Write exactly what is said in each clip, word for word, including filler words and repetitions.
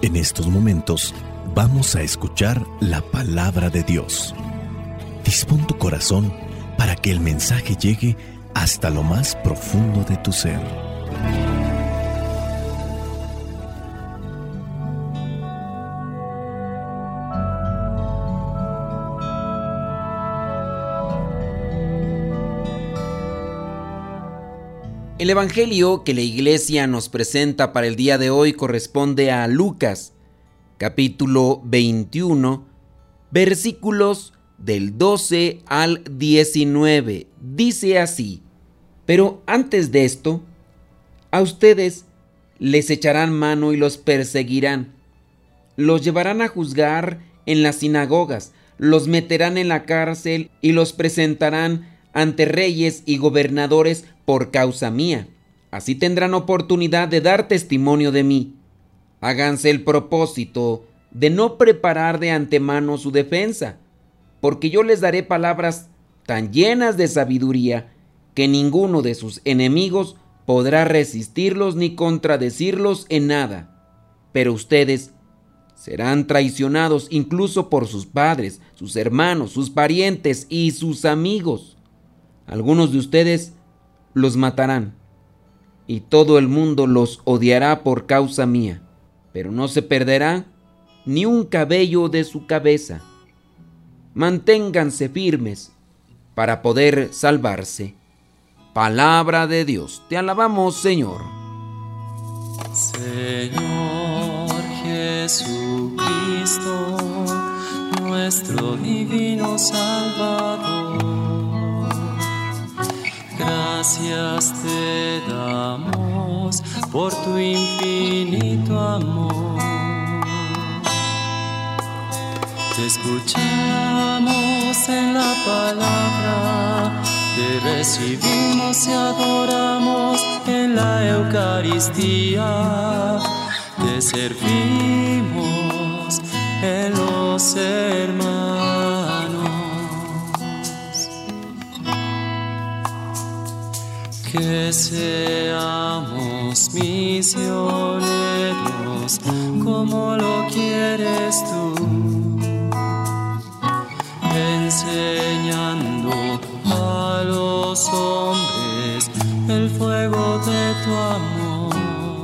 En estos momentos vamos a escuchar la palabra de Dios. Dispón tu corazón para que el mensaje llegue hasta lo más profundo de tu ser. El evangelio que la iglesia nos presenta para el día de hoy corresponde a Lucas, capítulo veintiuno, versículos del doce al diecinueve. Dice así: pero antes de esto, a ustedes les echarán mano y los perseguirán. Los llevarán a juzgar en las sinagogas, los meterán en la cárcel y los presentarán ante reyes y gobernadores por causa mía. Así tendrán oportunidad de dar testimonio de mí. Háganse el propósito de no preparar de antemano su defensa, porque yo les daré palabras tan llenas de sabiduría que ninguno de sus enemigos podrá resistirlos ni contradecirlos en nada. Pero ustedes serán traicionados incluso por sus padres, sus hermanos, sus parientes y sus amigos. Algunos de ustedes los matarán, y todo el mundo los odiará por causa mía, pero no se perderá ni un cabello de su cabeza. Manténganse firmes para poder salvarse. Palabra de Dios. Te alabamos, Señor. Señor Jesucristo, nuestro divino Salvador, gracias te damos por tu infinito amor. Te escuchamos en la palabra, te recibimos y adoramos en la Eucaristía. Te servimos en los hermanos. Que seamos misioneros como lo quieres tú, enseñando a los hombres el fuego de tu amor.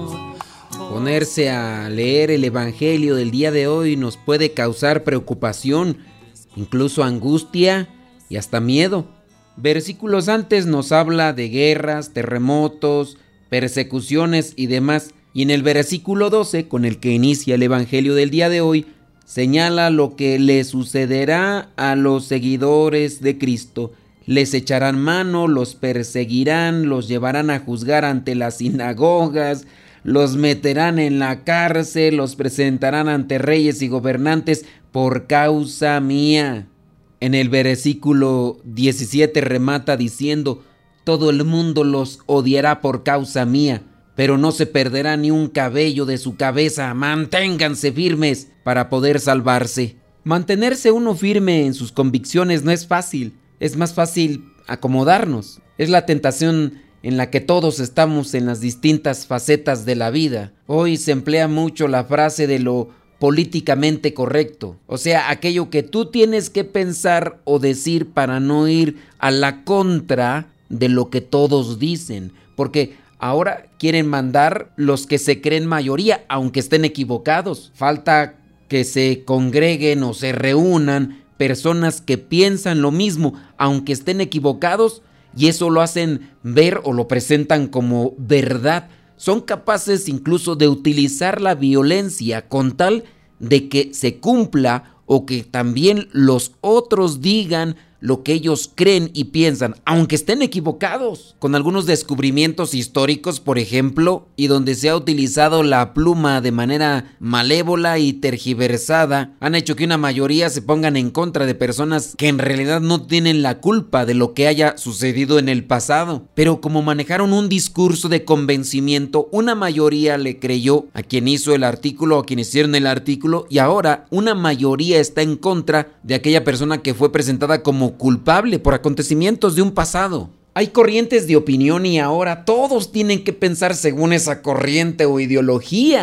Ponerse a leer el evangelio del día de hoy nos puede causar preocupación, incluso angustia y hasta miedo. Versículos antes nos habla de guerras, terremotos, persecuciones y demás. Y en el versículo doce, con el que inicia el evangelio del día de hoy, señala lo que le sucederá a los seguidores de Cristo. Les echarán mano, los perseguirán, los llevarán a juzgar ante las sinagogas, los meterán en la cárcel, los presentarán ante reyes y gobernantes por causa mía. En el versículo diecisiete remata diciendo: todo el mundo los odiará por causa mía, pero no se perderá ni un cabello de su cabeza. Manténganse firmes para poder salvarse. Mantenerse uno firme en sus convicciones no es fácil. Es más fácil acomodarnos. Es la tentación en la que todos estamos en las distintas facetas de la vida. Hoy se emplea mucho la frase de lo políticamente correcto, o sea, aquello que tú tienes que pensar o decir para no ir a la contra de lo que todos dicen, porque ahora quieren mandar los que se creen mayoría, aunque estén equivocados. Falta que se congreguen o se reúnan personas que piensan lo mismo, aunque estén equivocados, y eso lo hacen ver o lo presentan como verdad. Son capaces incluso de utilizar la violencia con tal de que se cumpla o que también los otros digan lo que ellos creen y piensan, aunque estén equivocados. Con algunos descubrimientos históricos, por ejemplo, y donde se ha utilizado la pluma de manera malévola y tergiversada, han hecho que una mayoría se pongan en contra de personas que en realidad no tienen la culpa de lo que haya sucedido en el pasado. Pero como manejaron un discurso de convencimiento, una mayoría le creyó a quien hizo el artículo o a quien hicieron el artículo, y ahora una mayoría está en contra de aquella persona que fue presentada como culpable por acontecimientos de un pasado. Hay corrientes de opinión y ahora todos tienen que pensar según esa corriente o ideología.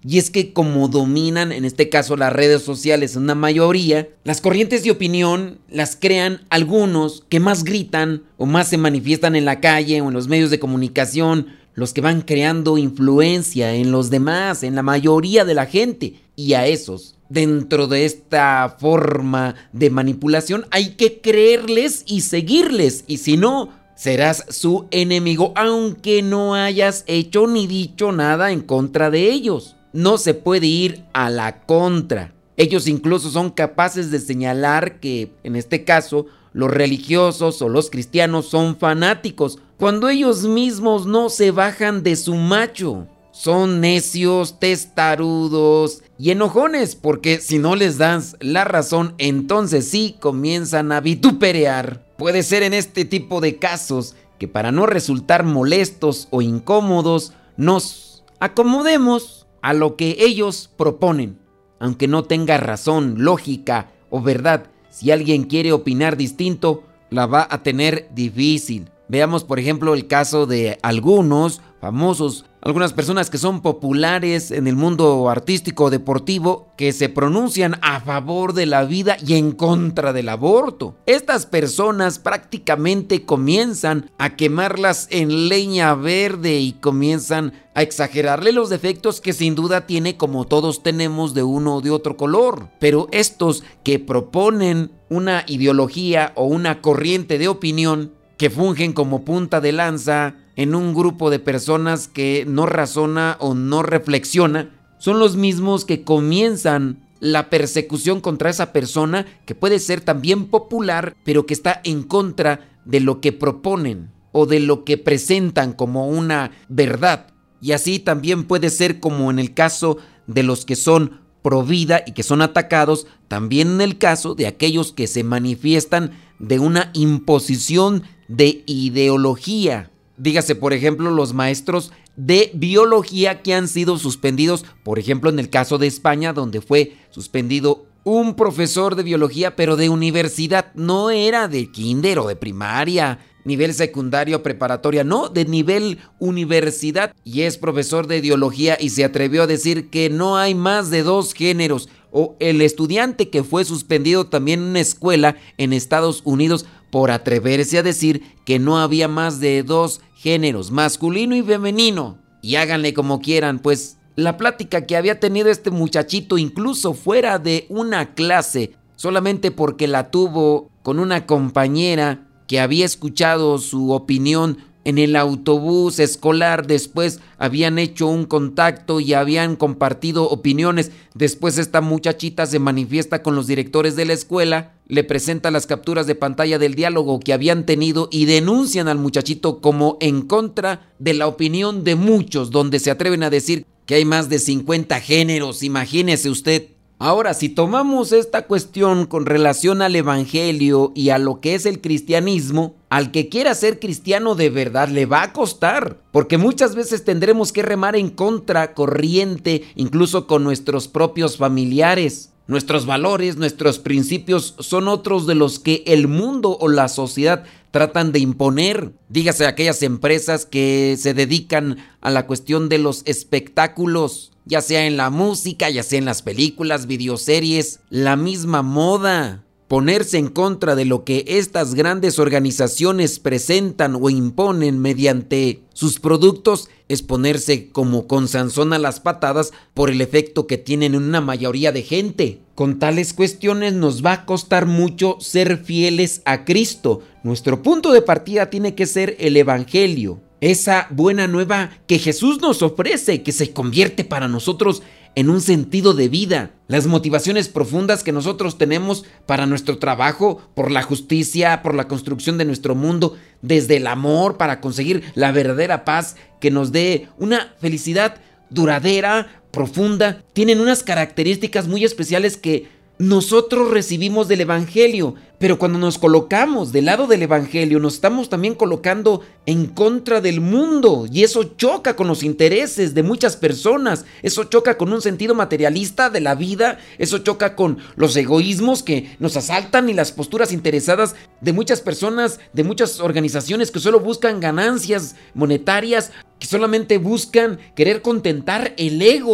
Y es que como dominan, en este caso las redes sociales, una mayoría, las corrientes de opinión las crean algunos que más gritan o más se manifiestan en la calle o en los medios de comunicación, los que van creando influencia en los demás, en la mayoría de la gente. Y a esos, dentro de esta forma de manipulación, hay que creerles y seguirles. Y si no, serás su enemigo, aunque no hayas hecho ni dicho nada en contra de ellos. No se puede ir a la contra. Ellos incluso son capaces de señalar que, en este caso, los religiosos o los cristianos son fanáticos, cuando ellos mismos no se bajan de su macho. Son necios, testarudos y enojones, porque si no les das la razón, entonces sí comienzan a vituperar. Puede ser en este tipo de casos que, para no resultar molestos o incómodos, nos acomodemos a lo que ellos proponen, aunque no tenga razón, lógica o verdad. Si alguien quiere opinar distinto, la va a tener difícil. Veamos, por ejemplo, el caso de algunos famosos, algunas personas que son populares en el mundo artístico o deportivo, que se pronuncian a favor de la vida y en contra del aborto. Estas personas prácticamente comienzan a quemarlas en leña verde y comienzan a exagerarle los defectos que sin duda tiene, como todos tenemos, de uno o de otro color. Pero estos que proponen una ideología o una corriente de opinión, que fungen como punta de lanza en un grupo de personas que no razona o no reflexiona, son los mismos que comienzan la persecución contra esa persona, que puede ser también popular, pero que está en contra de lo que proponen o de lo que presentan como una verdad. Y así también puede ser como en el caso de los que son pro vida y que son atacados, también en el caso de aquellos que se manifiestan de una imposición de ideología. Dígase, por ejemplo, los maestros de biología que han sido suspendidos, por ejemplo, en el caso de España, donde fue suspendido un profesor de biología, pero de universidad, no era de kinder o de primaria, nivel secundario, preparatoria, no, de nivel universidad, y es profesor de ideología y se atrevió a decir que no hay más de dos géneros. O el estudiante que fue suspendido también en una escuela en Estados Unidos por atreverse a decir que no había más de dos géneros, masculino y femenino. Y háganle como quieran, pues la plática que había tenido este muchachito, incluso fuera de una clase, solamente porque la tuvo con una compañera que había escuchado su opinión en el autobús escolar, después habían hecho un contacto y habían compartido opiniones. Después esta muchachita se manifiesta con los directores de la escuela, le presenta las capturas de pantalla del diálogo que habían tenido y denuncian al muchachito como en contra de la opinión de muchos, donde se atreven a decir que hay más de cincuenta géneros, imagínese usted. Ahora, si tomamos esta cuestión con relación al evangelio y a lo que es el cristianismo, al que quiera ser cristiano de verdad le va a costar, porque muchas veces tendremos que remar en contra corriente, incluso con nuestros propios familiares. Nuestros valores, nuestros principios son otros de los que el mundo o la sociedad tratan de imponer. Dígase aquellas empresas que se dedican a la cuestión de los espectáculos, ya sea en la música, ya sea en las películas, videoseries, la misma moda. Ponerse en contra de lo que estas grandes organizaciones presentan o imponen mediante sus productos es ponerse como con Sansón a las patadas por el efecto que tienen en una mayoría de gente. Con tales cuestiones nos va a costar mucho ser fieles a Cristo. Nuestro punto de partida tiene que ser el evangelio, esa buena nueva que Jesús nos ofrece, que se convierte para nosotros en un sentido de vida. Las motivaciones profundas que nosotros tenemos para nuestro trabajo, por la justicia, por la construcción de nuestro mundo, desde el amor para conseguir la verdadera paz que nos dé una felicidad duradera, profunda, tienen unas características muy especiales que nosotros recibimos del evangelio. Pero cuando nos colocamos del lado del evangelio, nos estamos también colocando en contra del mundo, y eso choca con los intereses de muchas personas, eso choca con un sentido materialista de la vida, eso choca con los egoísmos que nos asaltan y las posturas interesadas de muchas personas, de muchas organizaciones que solo buscan ganancias monetarias, que solamente buscan querer contentar el ego.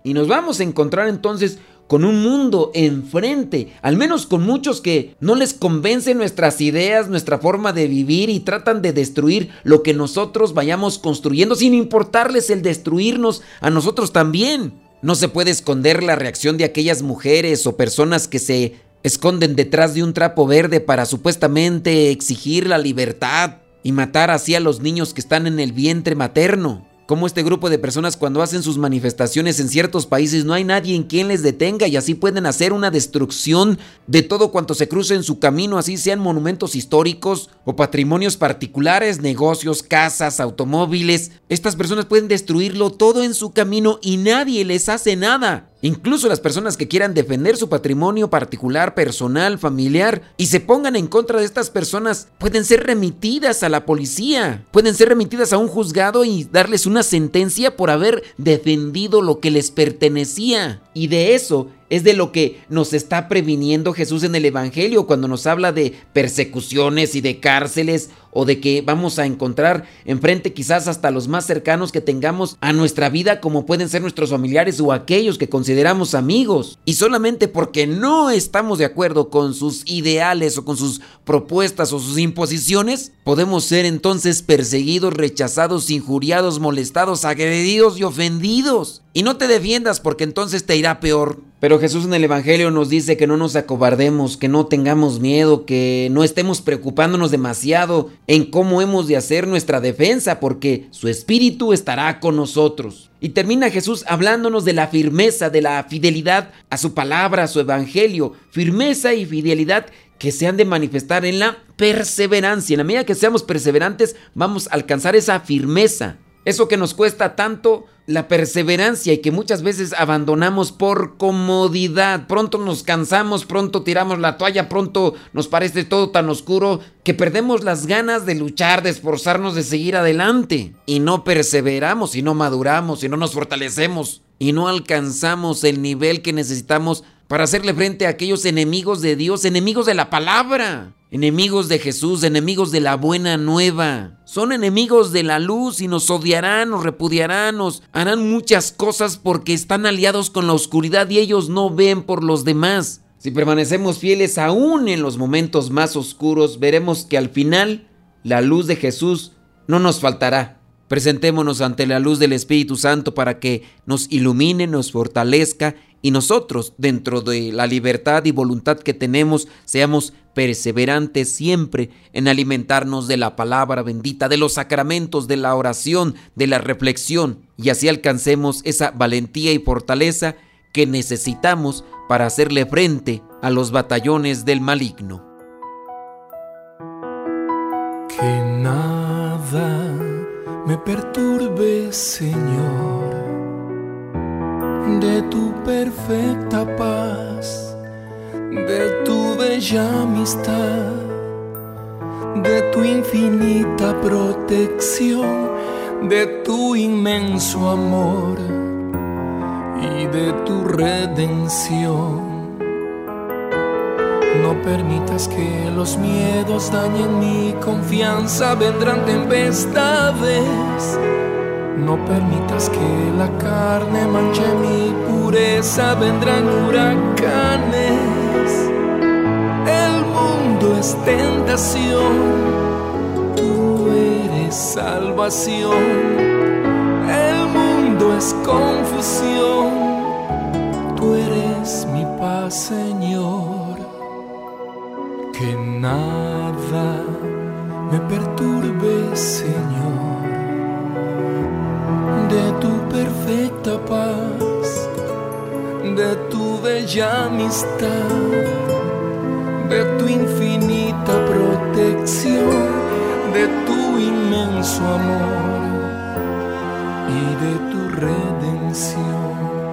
Y nos vamos a encontrar entonces con un mundo enfrente, al menos con muchos que no les convencen nuestras ideas, nuestra forma de vivir y tratan de destruir lo que nosotros vayamos construyendo sin importarles el destruirnos a nosotros también. No se puede esconder la reacción de aquellas mujeres o personas que se esconden detrás de un trapo verde para supuestamente exigir la libertad y matar así a los niños que están en el vientre materno. Como este grupo de personas, cuando hacen sus manifestaciones en ciertos países, no hay nadie en quien les detenga y así pueden hacer una destrucción de todo cuanto se cruce en su camino, así sean monumentos históricos o patrimonios particulares, negocios, casas, automóviles. Estas personas pueden destruirlo todo en su camino y nadie les hace nada. Incluso las personas que quieran defender su patrimonio particular, personal, familiar y se pongan en contra de estas personas pueden ser remitidas a la policía, pueden ser remitidas a un juzgado y darles una sentencia por haber defendido lo que les pertenecía. Y de eso es de lo que nos está previniendo Jesús en el Evangelio cuando nos habla de persecuciones y de cárceles o de que vamos a encontrar enfrente quizás hasta los más cercanos que tengamos a nuestra vida, como pueden ser nuestros familiares o aquellos que consideramos amigos. Y solamente porque no estamos de acuerdo con sus ideales o con sus propuestas o sus imposiciones, podemos ser entonces perseguidos, rechazados, injuriados, molestados, agredidos y ofendidos. Y no te defiendas porque entonces te irá peor. Pero Jesús en el Evangelio nos dice que no nos acobardemos, que no tengamos miedo, que no estemos preocupándonos demasiado en cómo hemos de hacer nuestra defensa, porque su Espíritu estará con nosotros. Y termina Jesús hablándonos de la firmeza, de la fidelidad a su palabra, a su Evangelio. Firmeza y fidelidad que se han de manifestar en la perseverancia. En la medida que seamos perseverantes, vamos a alcanzar esa firmeza. Eso que nos cuesta tanto, la perseverancia, y que muchas veces abandonamos por comodidad. Pronto nos cansamos, pronto tiramos la toalla, pronto nos parece todo tan oscuro que perdemos las ganas de luchar, de esforzarnos, de seguir adelante. Y no perseveramos, y no maduramos, y no nos fortalecemos, y no alcanzamos el nivel que necesitamos para hacerle frente a aquellos enemigos de Dios, enemigos de la palabra, enemigos de Jesús, enemigos de la buena nueva. Son enemigos de la luz y nos odiarán, nos repudiarán, nos harán muchas cosas porque están aliados con la oscuridad y ellos no ven por los demás. Si permanecemos fieles aún en los momentos más oscuros, veremos que al final la luz de Jesús no nos faltará. Presentémonos ante la luz del Espíritu Santo para que nos ilumine, nos fortalezca y nosotros, dentro de la libertad y voluntad que tenemos, seamos perseverantes siempre en alimentarnos de la palabra bendita, de los sacramentos, de la oración, de la reflexión, y así alcancemos esa valentía y fortaleza que necesitamos para hacerle frente a los batallones del maligno. Que nada me perturbe, Señor, de tu perfecta paz, de tu bella amistad, de tu infinita protección, de tu inmenso amor y de tu redención. No permitas que los miedos dañen mi confianza, vendrán tempestades. No permitas que la carne manche mi pureza, vendrán huracanes. El mundo es tentación, tú eres salvación. El mundo es confusión, tú eres mi paz, Señor. Que nada me perturbe, Señor, de tu perfecta paz, de tu bella amistad, de tu infinita protección, de tu inmenso amor y de tu redención.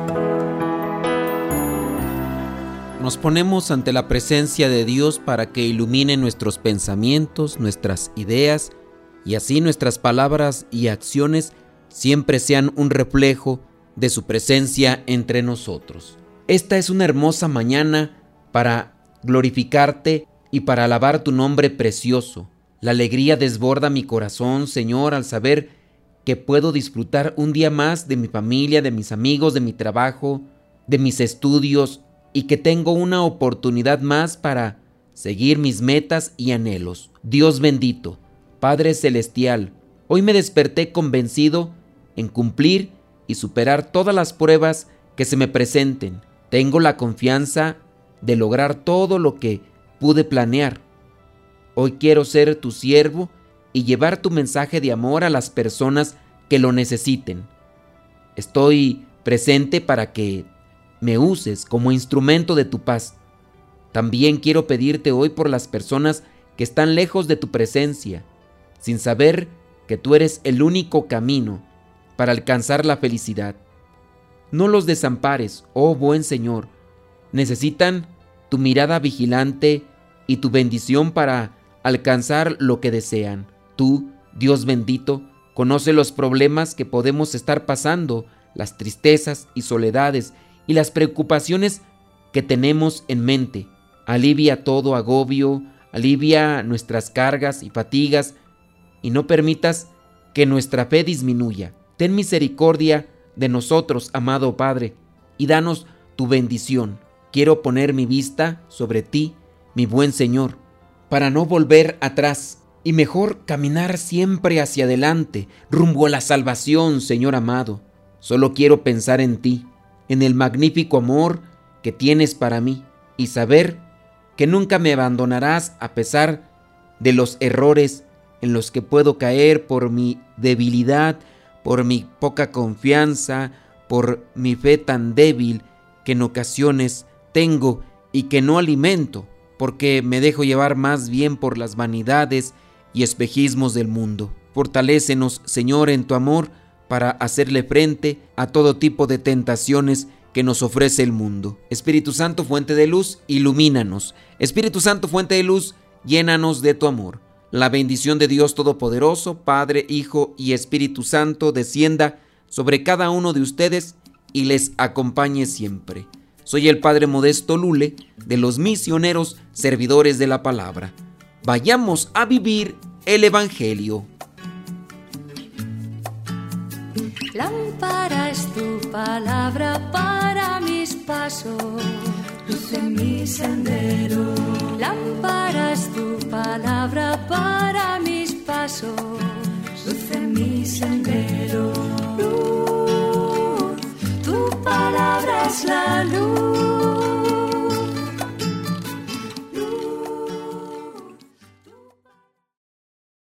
Nos ponemos ante la presencia de Dios para que ilumine nuestros pensamientos, nuestras ideas, y así nuestras palabras y acciones siempre sean un reflejo de su presencia entre nosotros. Esta es una hermosa mañana para glorificarte y para alabar tu nombre precioso. La alegría desborda mi corazón, Señor, al saber que puedo disfrutar un día más de mi familia, de mis amigos, de mi trabajo, de mis estudios, y que tengo una oportunidad más para seguir mis metas y anhelos. Dios bendito, Padre celestial, hoy me desperté convencido en cumplir y superar todas las pruebas que se me presenten. Tengo la confianza de lograr todo lo que pude planear. Hoy quiero ser tu siervo y llevar tu mensaje de amor a las personas que lo necesiten. Estoy presente para que me uses como instrumento de tu paz. También quiero pedirte hoy por las personas que están lejos de tu presencia, sin saber que tú eres el único camino para alcanzar la felicidad. No los desampares, oh buen Señor. Necesitan tu mirada vigilante y tu bendición para alcanzar lo que desean. Tú, Dios bendito, conoces los problemas que podemos estar pasando, las tristezas y soledades y las preocupaciones que tenemos en mente. Alivia todo agobio, alivia nuestras cargas y fatigas y no permitas que nuestra fe disminuya. Ten misericordia de nosotros, amado Padre, y danos tu bendición. Quiero poner mi vista sobre ti, mi buen Señor, para no volver atrás y mejor caminar siempre hacia adelante, rumbo a la salvación, Señor amado. Solo quiero pensar en ti, en el magnífico amor que tienes para mí y saber que nunca me abandonarás a pesar de los errores en los que puedo caer por mi debilidad, por mi poca confianza, por mi fe tan débil que en ocasiones tengo y que no alimento, porque me dejo llevar más bien por las vanidades y espejismos del mundo. Fortalécenos, Señor, en tu amor para hacerle frente a todo tipo de tentaciones que nos ofrece el mundo. Espíritu Santo, fuente de luz, ilumínanos. Espíritu Santo, fuente de luz, llénanos de tu amor. La bendición de Dios Todopoderoso, Padre, Hijo y Espíritu Santo, descienda sobre cada uno de ustedes y les acompañe siempre. Soy el Padre Modesto Lule, de los misioneros servidores de la palabra. Vayamos a vivir el Evangelio. Lámpara es tu palabra para mis pasos, luz en mi sendero. Lámpara es tu palabra para mis pasos,